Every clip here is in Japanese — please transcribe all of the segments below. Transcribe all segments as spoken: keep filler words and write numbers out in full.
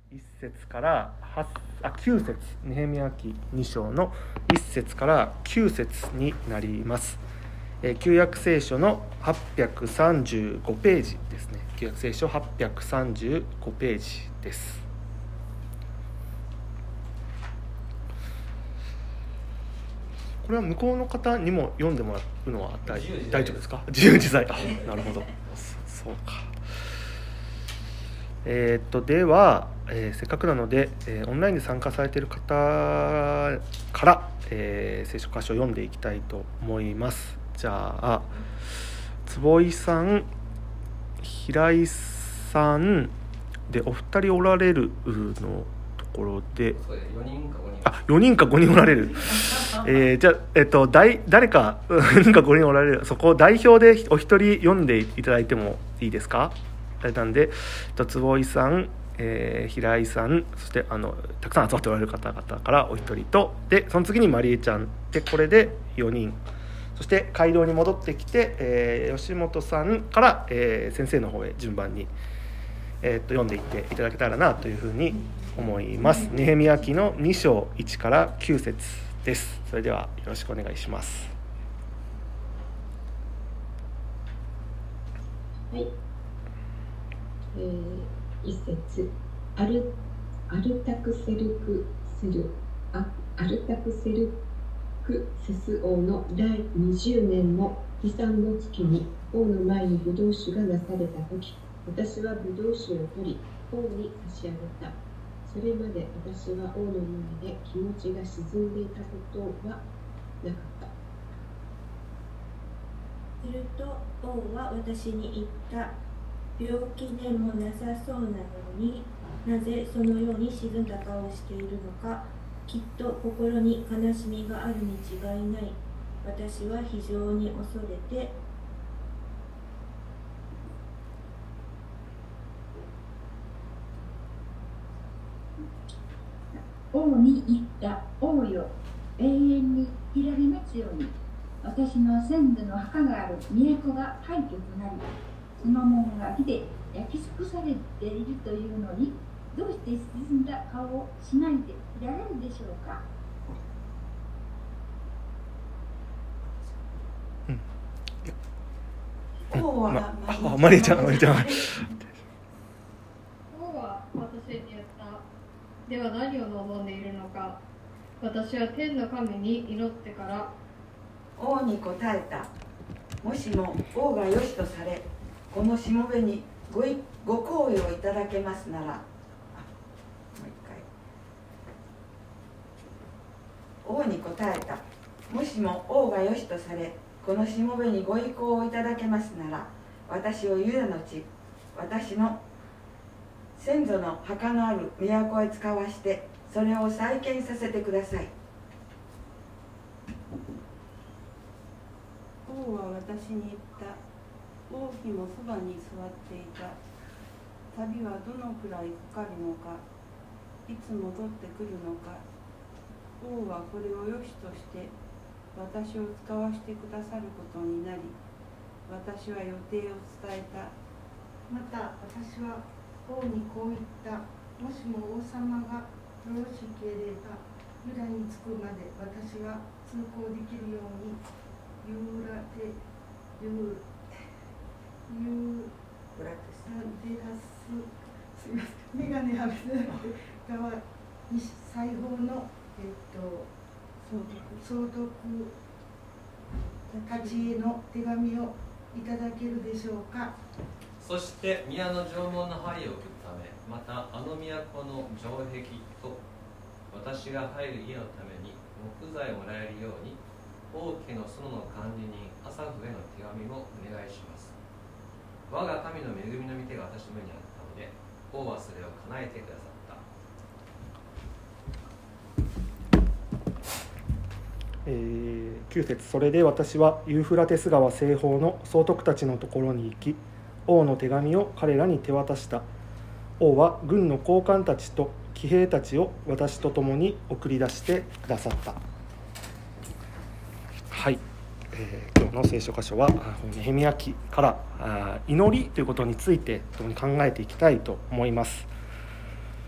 いっ節からはちあきゅう節、ネヘミヤ記に章のいっ節からきゅう節になります。えー、旧約聖書のはっぴゃくさんじゅうごページですね。旧約聖書はっぴゃくさんじゅうごページです。これは向こうの方にも読んでもらうのは大丈夫ですか？自由自在。あ、なるほど。そうか。えー、っとでは、えー、せっかくなので、えー、オンラインで参加されている方から、えー、聖書箇所を読んでいきたいと思います。じゃあ坪井さん、平井さんでお二人おられるのところで、 よにんかごにん、 あ、よにんかごにんおられる、えー、じゃあ、えっと、誰かよにんかごにんおられる、そこを代表でお一人読んでいただいてもいいですか？なんで、坪井さん、えー、平井さん、そしてあのたくさん集まっておられる方々からお一人と、でその次にまりえちゃんで、これでよにん、そして街道に戻ってきて、えー、吉本さんから、えー、先生の方へ順番に、えー、と読んでいっていただけたらなというふうに思います。ネヘミヤ記のに章いちからきゅう節です。それではよろしくお願いします。 はい、えー、一節、アルアルタクセルクセルあアルタクセルクセス王のだいにじゅうねんの悲惨の月に王の前にブドウ酒がなされた時、私はブドウ酒を取り王に差し上げた。それまで私は王の前で気持ちが沈んでいたことはなかった。 すると王は私に言った。病気でもなさそうなのに、なぜそのように沈んだ顔をしているのか。きっと心に悲しみがあるに違いない。私は非常に恐れて、 王に言った。王よ、永遠にいられますように。私の先祖の墓がある都が廃墟となり、その門が火で焼き尽くされているというのに、どうして沈んだ顔をしないでいられるでしょうか。 うん、王は、まあ、マリエちゃん、マリエちゃん。 王は私に言った。では何を望んでいるのか。私は天の神に祈ってから。 王に答えた。もしも王がよしとされ、このしもべにごいご好意をいただけますなら、あ、もう一回。王に答えた。もしも王がよしとされ、このしもべにご意向をいただけますなら、私をユダの地、私の先祖の墓のある都へ使わして、それを再建させてください。 王は私に言った。王妃もそばに座っていた。旅はどのくらいかかるのか、いつ戻ってくるのか。王はこれをよしとして私を使わせてくださることになり、私は予定を伝えた。 また私は王にこう言った。もしも王様がよろしければ、ユダに着くまで私は通行できるように、ユーラテユーユーラテラスすみません、メガネはめてなくて側に裁縫の、えっと、総督たちへの手紙をいただけるでしょうか。 そして宮の城門の針を置くため、またあの都の城壁と私が入る家のために木材をもらえるように、王家の園の管理人アサフへの手紙もお願いします。我が神の恵みの御手が私の目にあったので、王はそれを叶えてくださった。 えー、きゅう節、それで私はユーフラテス川西方の総督たちのところに行き、王の手紙を彼らに手渡した。王は軍の高官たちと騎兵たちを私と共に送り出してくださった。はい、えー、今日の聖書箇所はネヘミヤ記からあ祈りということについて共に考えていきたいと思います。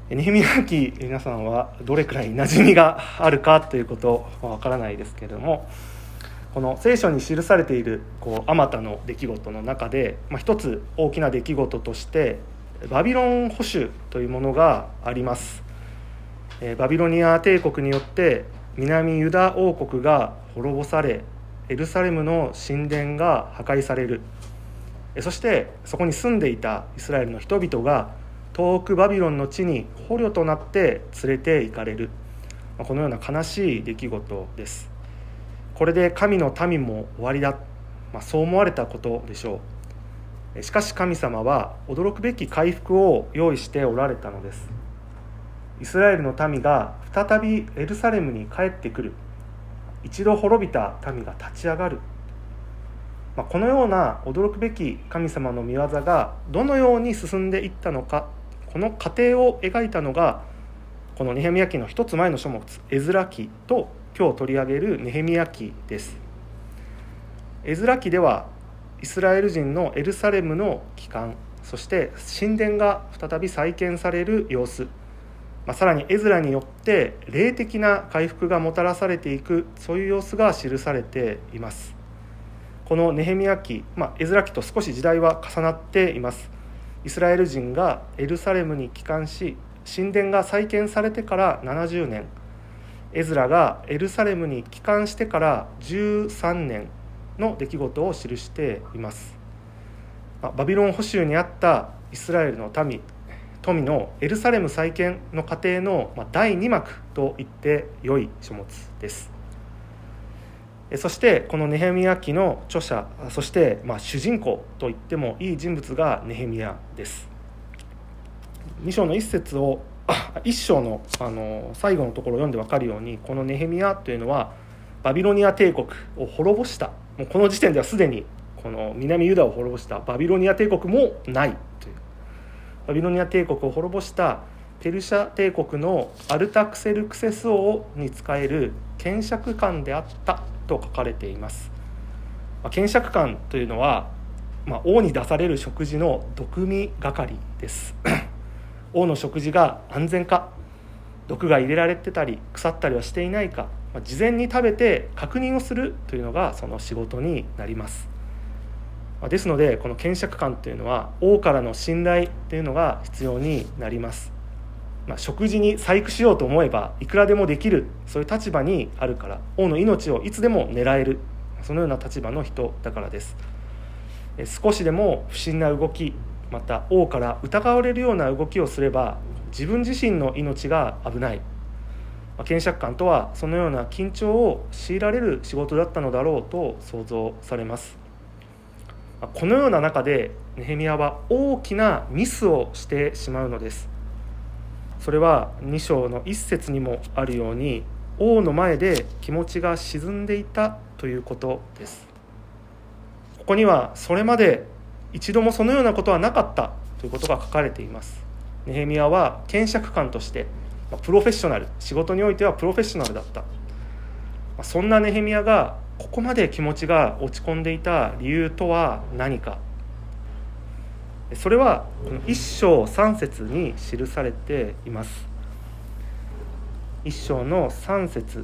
ネヘミヤ記、皆さんはどれくらい馴染みがあるかということはわからないですけれども、この聖書に記されているこうあまたの出来事の中で、まあ、一つ大きな出来事としてバビロン捕囚というものがあります。バビロニア帝国によって南ユダ王国が滅ぼされ、エルサレムの神殿が破壊される。そしてそこに住んでいたイスラエルの人々が遠くバビロンの地に捕虜となって連れて行かれる、このような悲しい出来事です。これで神の民も終わりだ、まあ、そう思われたことでしょう。しかし神様は驚くべき回復を用意しておられたのです。イスラエルの民が再びエルサレムに帰ってくる。一度滅びた民が立ち上がる。まあ、このような驚くべき神様の御業がどのように進んでいったのか、この過程を描いたのがこのネヘミヤ記の一つ前の書物エズラ記と今日取り上げるネヘミヤ記です。エズラ記ではイスラエル人のエルサレムの帰還、そして神殿が再び再建される様子、まあ、さらにエズラによって霊的な回復がもたらされていく、そういう様子が記されています。このネヘミヤ記、まあ、エズラ記と少し時代は重なっています。イスラエル人がエルサレムに帰還し、神殿が再建されてからななじゅうねん、エズラがエルサレムに帰還してからじゅうさんねんの出来事を記しています。バビロン捕囚にあったイスラエルの民富のエルサレム再建の過程のだいに幕と言って良い書物です。そしてこのネヘミヤ記の著者、そしてまあ主人公と言ってもいい人物がネヘミヤです。に章の一節を一章のあの最後のところを読んで分かるように、このネヘミヤというのはバビロニア帝国を滅ぼした、もうこの時点ではすでにこの南ユダを滅ぼしたバビロニア帝国もないという、バビロニア帝国を滅ぼしたペルシャ帝国のアルタクセルクセス王に仕える検釈官であったと書かれています。検釈官というのは、まあ、王に出される食事の毒味係です王の食事が安全か、毒が入れられてたり腐ったりはしていないか、まあ、事前に食べて確認をするというのがその仕事になります。まあ、ですのでこの検釈官というのは王からの信頼というのが必要になります。まあ、食事に細工しようと思えばいくらでもできる、そういう立場にあるから、王の命をいつでも狙える、そのような立場の人だからです。少しでも不審な動き、また王から疑われるような動きをすれば自分自身の命が危ない。検釈官とはそのような緊張を強いられる仕事だったのだろうと想像されます。このような中でネヘミヤは大きなミスをしてしまうのです。それはに章の一節にもあるように、王の前で気持ちが沈んでいたということです。ここにはそれまで一度もそのようなことはなかったということが書かれています。ネヘミヤは検釈官としてプロフェッショナル、仕事においてはプロフェッショナルだった。そんなネヘミヤがここまで気持ちが落ち込んでいた理由とは何か。それは一章三節に記されています。一章の三節、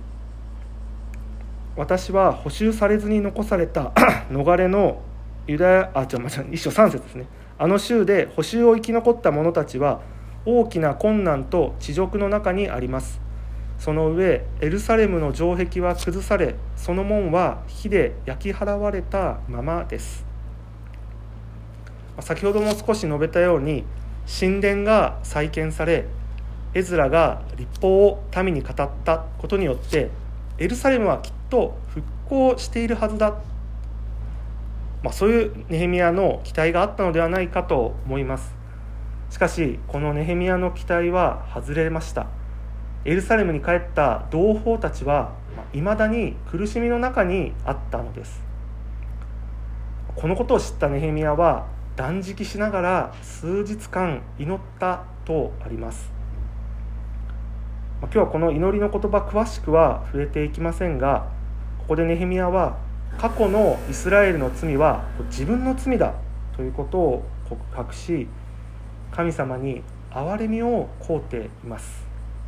私は捕囚されずに残された逃れのユダヤあ違う間違え一章三節ですね。あの州で捕囚を生き残った者たちは大きな困難と恥辱の中にあります。その上エルサレムの城壁は崩され、その門は火で焼き払われたままです。先ほども少し述べたように、神殿が再建され、エズラが律法を民に語ったことによってエルサレムはきっと復興しているはずだ、まあ、そういうネヘミヤの期待があったのではないかと思います。しかしこのネヘミヤの期待は外れました。エルサレムに帰った同胞たちはいまだに苦しみの中にあったのです。このことを知ったネヘミヤは断食しながら数日間祈ったとあります。今日はこの祈りの言葉詳しくは触れていきませんが、ここでネヘミヤは過去のイスラエルの罪は自分の罪だということを告白し、神様に憐れみを請うています。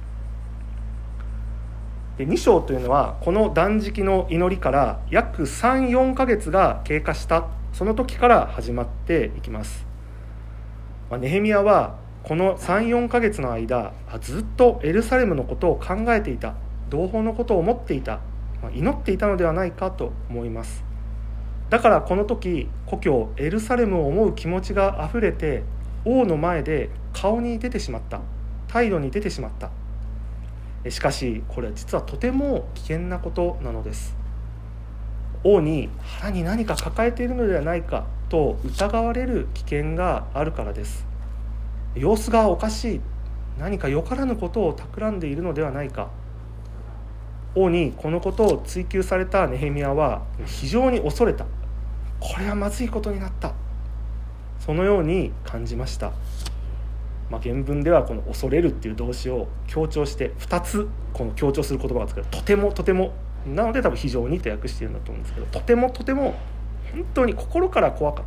でに章というのはこの断食の祈りから約 さん、よんかげつが経過したその時から始まっていきます。まあ、ネヘミヤはこの さん、よんかげつの間ずっとエルサレムのことを考えていた、同胞のことを思っていた、まあ、祈っていたのではないかと思います。だからこの時故郷エルサレムを思う気持ちがあふれて王の前で顔に出てしまった、態度に出てしまった。しかしこれは実はとても危険なことなのです。王に腹に何か抱えているのではないかと疑われる危険があるからです。様子がおかしい、何かよからぬことを企んでいるのではないか。王にこのことを追及されたネヘミヤは非常に恐れた。これはまずいことになった、そのように感じました。まあ、原文ではこの恐れるっていう動詞を強調してふたつこの強調する言葉が使う。とてもとてもなので多分非常にと訳しているんだと思うんですけど、とてもとても本当に心から怖かった。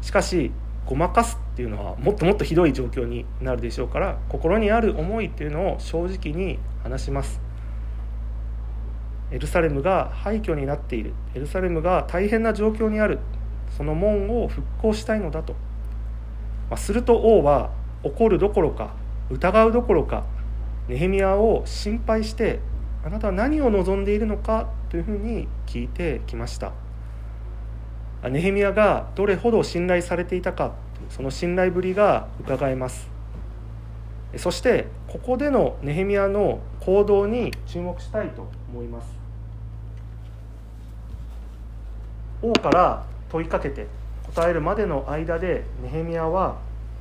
しかしごまかすっていうのはもっともっとひどい状況になるでしょうから、心にある思いっていうのを正直に話します。エルサレムが廃墟になっている、エルサレムが大変な状況にある、その門を復興したいのだと。まあ、すると王は怒るどころか疑うどころかネヘミヤを心配して、あなたは何を望んでいるのかというふうに聞いてきました。ネヘミヤがどれほど信頼されていたか、その信頼ぶりが伺えます。そしてここでのネヘミヤの行動に注目したいと思います。王から問いかけて答えるまでの間でネヘミヤは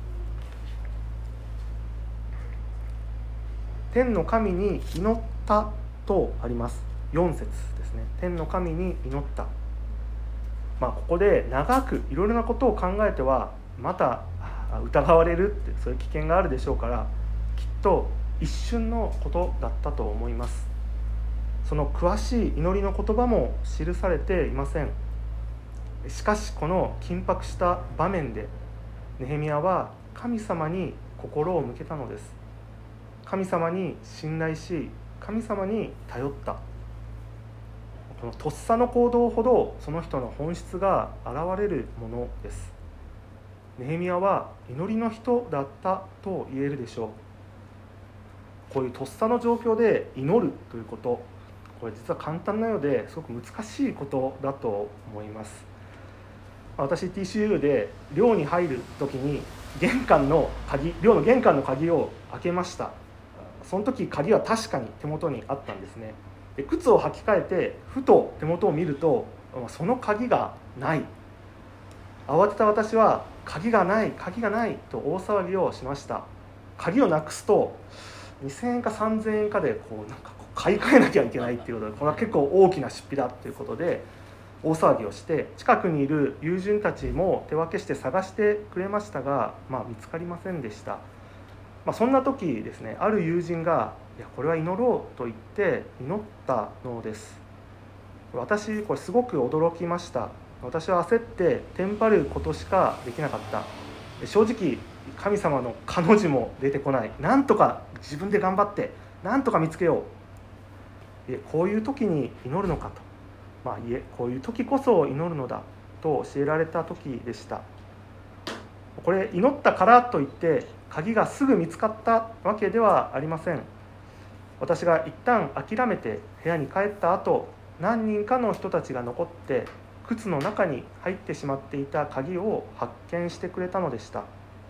天の神に祈ったとあります。よん節ですね。天の神に祈った。まあ、ここで長くいろいろなことを考えてはまた疑われるってそういう危険があるでしょうから、きっと一瞬のことだったと思います。その詳しい祈りの言葉も記されていません。しかしこの緊迫した場面でネヘミヤは神様に心を向けたのです。神様に信頼し、神様に頼った。このとっさの行動ほどその人の本質が現れるものです。ネヘミヤは祈りの人だったと言えるでしょう。こういうとっさの状況で祈るということ、これ実は簡単なようですごく難しいことだと思います。私 ティーシーユー で寮に入る時に玄関の鍵、寮の玄関の鍵を開けました。その時鍵は確かに手元にあったんですね。で靴を履き替えてふと手元を見るとその鍵がない。慌てた私は鍵がない鍵がないと大騒ぎをしました。鍵をなくすとにせんえんかさんぜんえんかでこうなんかこう買い替えなきゃいけないっていうことで、これは結構大きな出費だということで大騒ぎをして、近くにいる友人たちも手分けして探してくれましたが、まあ、見つかりませんでした。まあ、そんな時ですね、ある友人がいやこれは祈ろうと言って祈ったのです。私これすごく驚きました。私は焦ってテンパることしかできなかった。正直神様の彼女も出てこない。なんとか自分で頑張ってなんとか見つけよう。いえこういう時に祈るのかと、まあ、いえこういう時こそ祈るのだと教えられた時でした。これ祈ったからといって鍵がすぐ見つかったわけではありません。私が一旦諦めて部屋に帰った後、何人かの人たちが残って靴の中に入ってしまっていた鍵を発見してくれたのでした。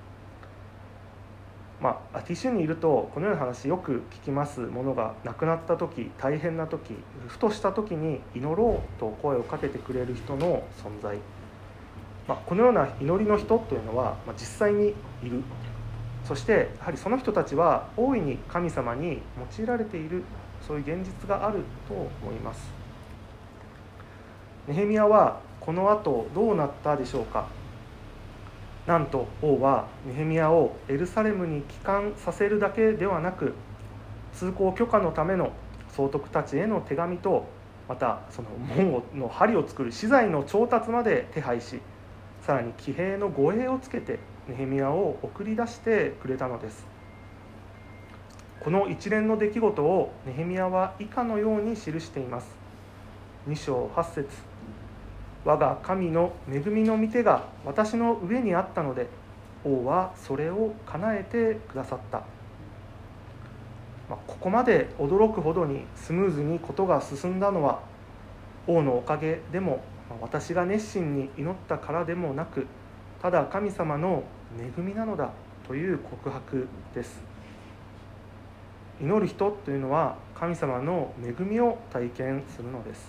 まあ、ティッシュにいるとこのような話よく聞きます。ものがなくなった時、大変な時、ふとした時に祈ろうと声をかけてくれる人の存在、まあ、このような祈りの人というのは、まあ、実際にいる。そしてやはりその人たちは大いに神様に用いられている、そういう現実があると思います。ネヘミヤはこの後どうなったでしょうか。なんと王はネヘミヤをエルサレムに帰還させるだけではなく、通行許可のための総督たちへの手紙と、またその門の梁を作る資材の調達まで手配し、さらに騎兵の護衛をつけてネヘミヤを送り出してくれたのです。この一連の出来事をネヘミヤは以下のように記しています。に章はち節、我が神の恵みの御手が私の上にあったので、王はそれを叶えてくださった。まあ、ここまで驚くほどにスムーズにことが進んだのは王のおかげでも、私が熱心に祈ったからでもなく、ただ神様の恵みなのだという告白です。祈る人というのは神様の恵みを体験するのです。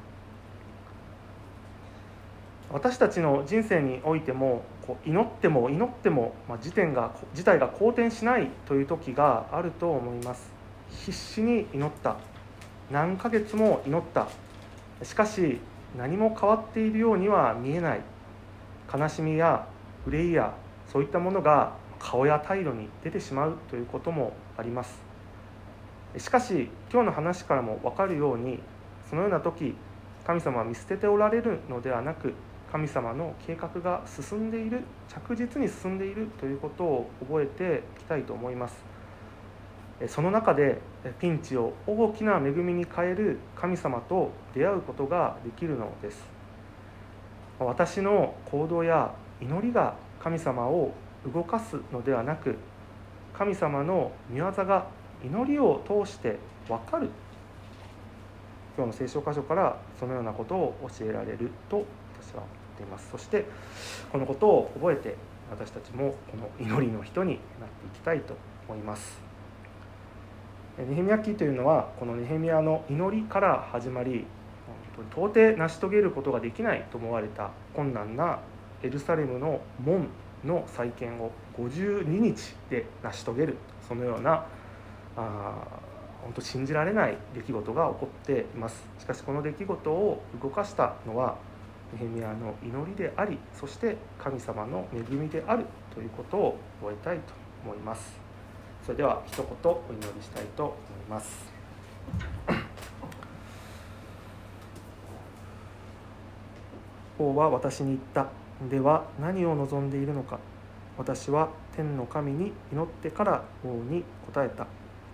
私たちの人生においても、こう祈っても祈っても、まあ、事態が事態が好転しないという時があると思います。必死に祈った、何ヶ月も祈った、しかし何も変わっているようには見えない、悲しみや憂いやそういったものが顔や態度に出てしまうということもあります。しかし今日の話からも分かるように、そのような時神様は見捨てておられるのではなく、神様の計画が進んでいる、着実に進んでいるということを覚えていきたいと思います。その中でピンチを大きな恵みに変える神様と出会うことができるのです。私の行動や祈りが神様を動かすのではなく、神様の御業が祈りを通して分かる。今日の聖書箇所からそのようなことを教えられると私は思っています。そしてこのことを覚えて、私たちもこの祈りの人になっていきたいと思います。ネヘミヤ記というのは、このネヘミヤの祈りから始まり、到底成し遂げることができないと思われた困難なエルサレムの門の再建をごじゅうににちで成し遂げる、そのようなあ本当信じられない出来事が起こっています。しかしこの出来事を動かしたのはネヘミヤの祈りであり、そして神様の恵みであるということを覚えたいと思います。それでは一言お祈りしたいと思います。王は私に言った。では何を望んでいるのか。私は天の神に祈ってから王に答えた。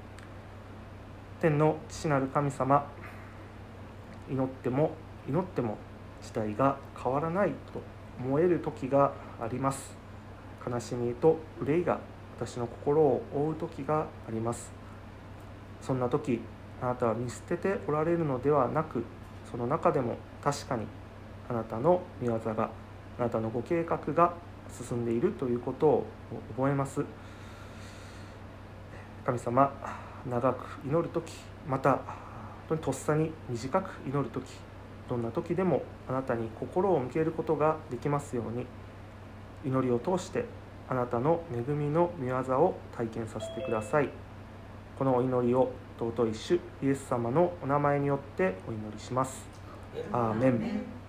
天の父なる神様、祈っても祈っても事態が変わらないと思える時があります。悲しみと憂いが私の心を覆う時があります。そんな時、あなたは見捨てておられるのではなく、その中でも確かにあなたの御業が、あなたのご計画が進んでいるということを覚えます。神様、長く祈るとき、また本当にとっさに短く祈るとき、どんな時でもあなたに心を向けることができますように、祈りを通してあなたの恵みの御業を体験させてください。このお祈りを尊い主イエス様のお名前によってお祈りします。アーメン。